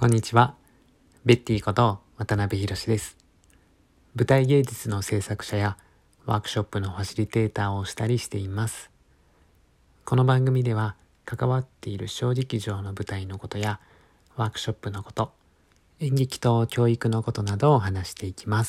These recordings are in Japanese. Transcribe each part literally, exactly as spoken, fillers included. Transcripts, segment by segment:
こんにちは。ベッティこと渡辺博です。舞台芸術の制作者やワークショップのファシリテーターをしたりしています。この番組では関わっている小劇場の舞台のことやワークショップのこと、演劇と教育のことなどを話していきます。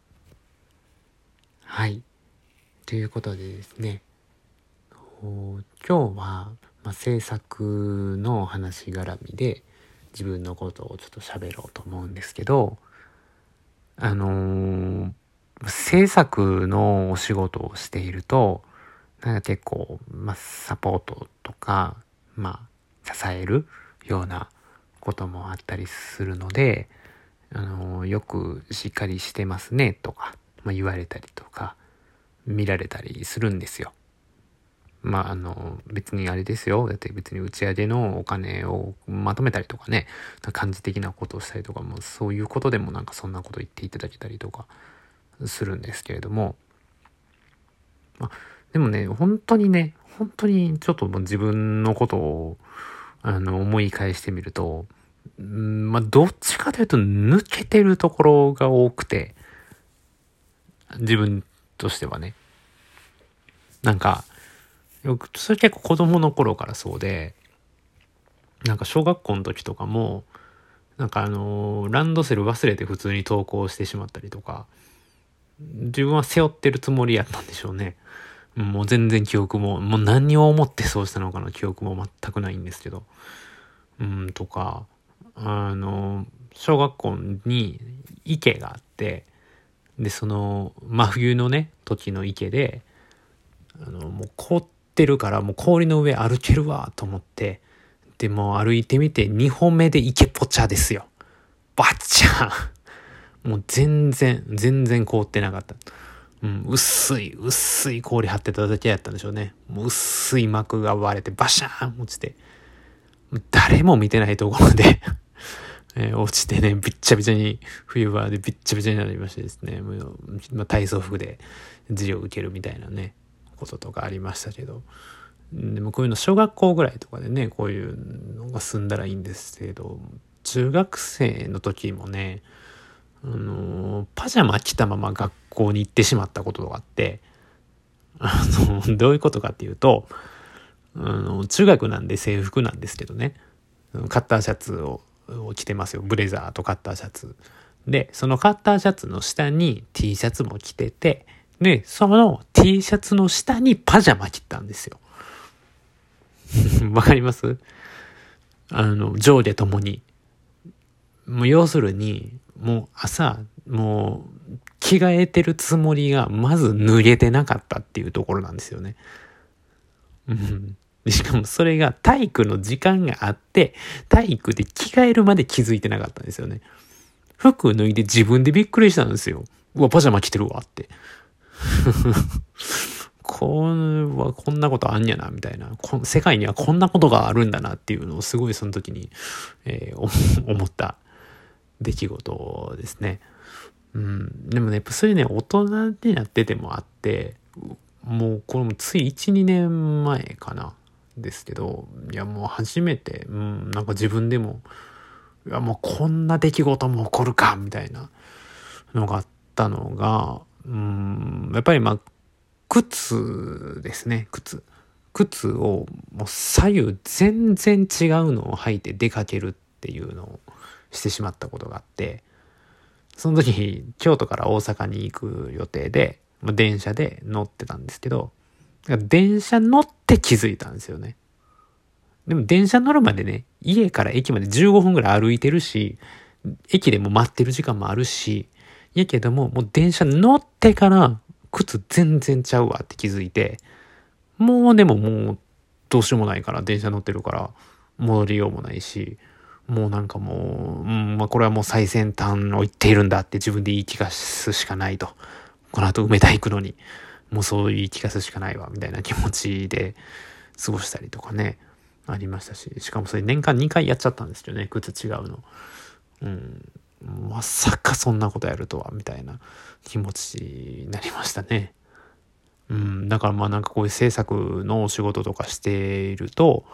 はい。ということでですね、今日は、まあ、制作の話絡みで自分のことをちょっと喋ろうと思うんですけど、あのー、制作のお仕事をしていると、なんか結構、まあ、サポートとか、まあ、支えるようなこともあったりするので、あのー、よくしっかりしてますねとか、まあ、言われたりとか、見られたりするんですよ。まあ、あの、別にあれですよ。だって別に打ち上げのお金をまとめたりとかね、漢字的なことをしたりとかも、そういうことでもなんかそんなこと言っていただけたりとかするんですけれども、まあ、でもね、本当にね、本当にちょっともう自分のことを、あの、思い返してみると、んまあ、どっちかというと抜けてるところが多くて、自分としてはね。なんか、よくそれ結構子供の頃からそうで、なんか小学校の時とかもなんかあのー、ランドセル忘れて普通に登校してしまったりとか、自分は背負ってるつもりやったんでしょうね。もう全然記憶ももう何を思ってそうしたのかの記憶も全くないんですけど、うんとかあの小学校に池があって、でその真冬のね時の池であのもう凍ってるからもう氷の上歩けるわと思って、でも歩いてみてにほんめで池ポチャですよ。バッチャーもう全然全然凍ってなかった。うん、薄い薄い氷張ってただけやったんでしょうね。もう薄い膜が割れてバシャーン落ちて、誰も見てないところでえー、落ちてね、びっちゃびちゃに、冬場でびっちゃびちゃになりましてですね、もうまあ、体操服で授業を受けるみたいなね、こととかありましたけど、でもこういうの小学校ぐらいとかでね、こういうのが済んだらいいんですけど、中学生の時もね、あのー、パジャマ着たまま学校に行ってしまったことがあって、あの、どういうことかっていうと、あの、中学なんで制服なんですけどね、カッターシャツをを着てますよ。ブレザーとカッターシャツ。で、そのカッターシャツの下に T シャツも着てて、で、その T シャツの下にパジャマ着たんですよ。わかります？あの、上下ともに。もう要するに、もう朝、もう着替えてるつもりがまず脱げてなかったっていうところなんですよね。うん。しかもそれが体育の時間があって、体育で着替えるまで気づいてなかったんですよね。服脱いで自分でびっくりしたんですよ。うわ、パジャマ着てるわって。これはこんなことあんやな、みたいな。こ世界にはこんなことがあるんだなっていうのをすごいその時に、えー、思った出来事ですね。うん。でもね、やっぱそういうね、大人になっててもあって、もうこれもついいち、にねんまえかな。ですけど、いやもう初めて、うん、なんか自分でも、いやもうこんな出来事も起こるかみたいなのがあったのが、うん、やっぱりまあ靴ですね。靴靴をもう左右全然違うのを履いて出かけるっていうのをしてしまったことがあって、その時京都から大阪に行く予定で、まあ、電車で乗ってたんですけど、電車乗って気づいたんですよね。でも電車乗るまでね、家から駅までじゅうごふんぐらい歩いてるし、駅でも待ってる時間もあるし、やけども、もう電車乗ってから靴全然ちゃうわって気づいて、もうでももうどうしようもないから電車乗ってるから戻りようもないし、もうなんかもう、うん、まあこれはもう最先端を言っているんだって自分で言い聞かすしかないと。この後梅田行くのに。もうそう言い聞かすしかないわみたいな気持ちで過ごしたりとかねありましたし、しかもそれ年間にかいやっちゃったんですよね、靴違うの。うん、まさかそんなことやるとはみたいな気持ちになりましたね。うん、だからまあなんかこういう制作のお仕事とかしていると、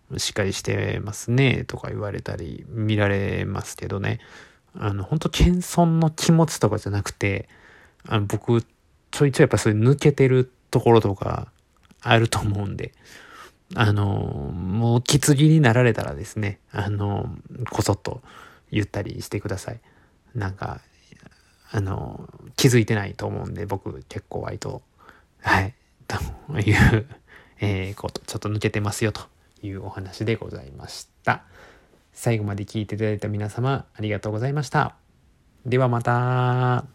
しっかりしてますねとか言われたり見られますけどね、あの本当謙遜の気持ちとかじゃなくて、あの僕ちょいちょいやっぱそういう抜けてるところとかあると思うんで、あのもうきつぎになられたらですね、あのこそっと言ったりしてください。なんかあの気づいてないと思うんで、僕結構割とはいという、えー、ことちょっと抜けてますよというお話でございました。最後まで聞いていただいた皆様ありがとうございました。ではまた。